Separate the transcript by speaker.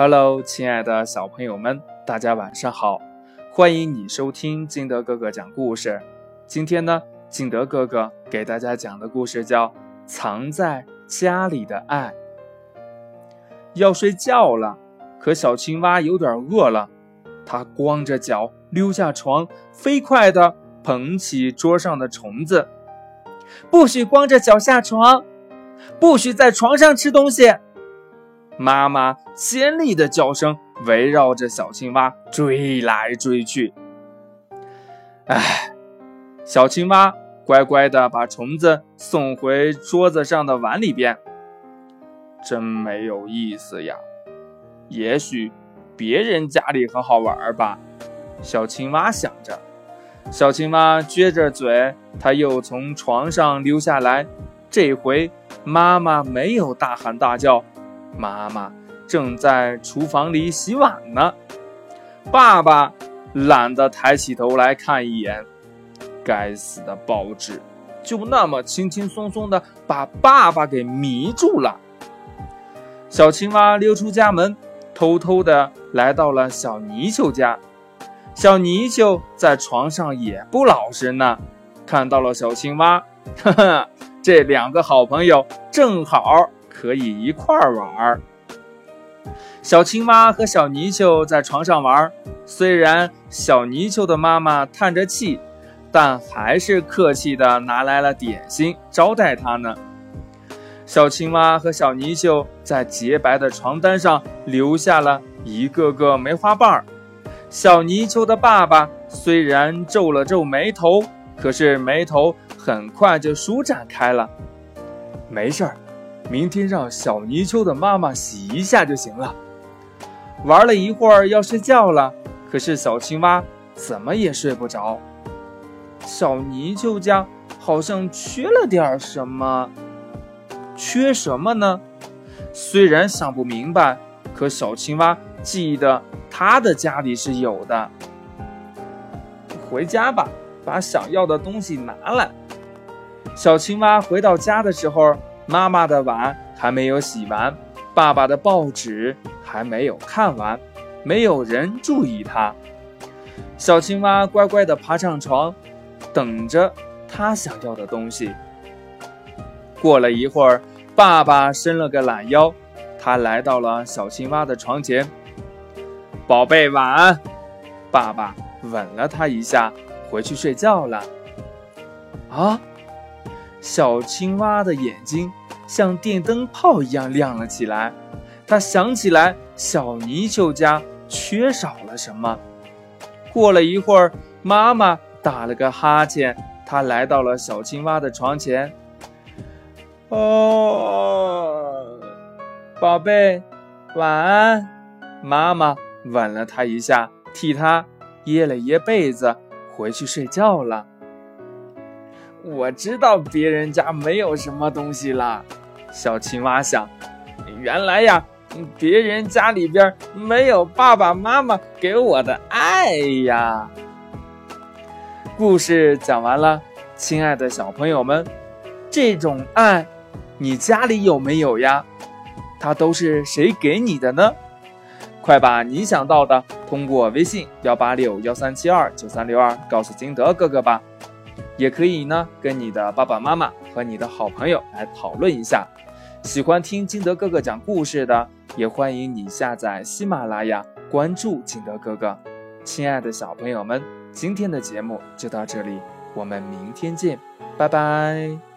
Speaker 1: Hello， 亲爱的小朋友们，大家晚上好！欢迎你收听金德哥哥讲故事。今天呢，金德哥哥给大家讲的故事叫《藏在家里的爱》。要睡觉了，可小青蛙有点饿了，它光着脚溜下床，飞快地捧起桌上的虫子。不许光着脚下床，不许在床上吃东西。妈妈尖利的叫声围绕着小青蛙追来追去。小青蛙乖乖地把虫子送回桌子上的碗里边。真没有意思呀，也许别人家里很好玩吧，小青蛙想着。小青蛙撅着嘴，它又从床上溜下来。这回妈妈没有大喊大叫，妈妈正在厨房里洗碗呢。爸爸懒得抬起头来看一眼，该死的报纸就那么轻轻松松地把爸爸给迷住了。小青蛙溜出家门，偷偷地来到了小泥鳅家。小泥鳅在床上也不老实呢，看到了小青蛙，这两个好朋友正好可以一块玩。小青蛙和小泥鳅在床上玩，虽然小泥鳅的妈妈叹着气，但还是客气地拿来了点心招待它呢。小青蛙和小泥鳅在洁白的床单上留下了一个个梅花瓣。小泥鳅的爸爸虽然皱了皱眉头，可是眉头很快就舒展开了。没事儿，明天让小泥鳅的妈妈洗一下就行了。玩了一会儿要睡觉了，可是小青蛙怎么也睡不着。小泥鳅家好像缺了点什么。缺什么呢？虽然想不明白，可小青蛙记得他的家里是有的。回家吧，把想要的东西拿来。小青蛙回到家的时候，妈妈的碗还没有洗完，爸爸的报纸还没有看完，没有人注意他。小青蛙乖乖地爬上床，等着他想要的东西。过了一会儿，爸爸伸了个懒腰，他来到了小青蛙的床前。宝贝，晚安。爸爸吻了他一下，回去睡觉了。小青蛙的眼睛像电灯泡一样亮了起来，他想起来小泥鳅家缺少了什么。过了一会儿，妈妈打了个哈欠，她来到了小青蛙的床前。宝贝，晚安。妈妈吻了他一下，替他掖了掖被子，回去睡觉了。我知道别人家没有什么东西啦，小青蛙想，原来呀，别人家里边没有爸爸妈妈给我的爱呀。故事讲完了，亲爱的小朋友们，这种爱你家里有没有呀？它都是谁给你的呢？快把你想到的通过微信18613729362告诉金德哥哥吧。也可以呢跟你的爸爸妈妈和你的好朋友来讨论一下。喜欢听金德哥哥讲故事的，也欢迎你下载喜马拉雅，关注金德哥哥。亲爱的小朋友们，今天的节目就到这里，我们明天见，拜拜。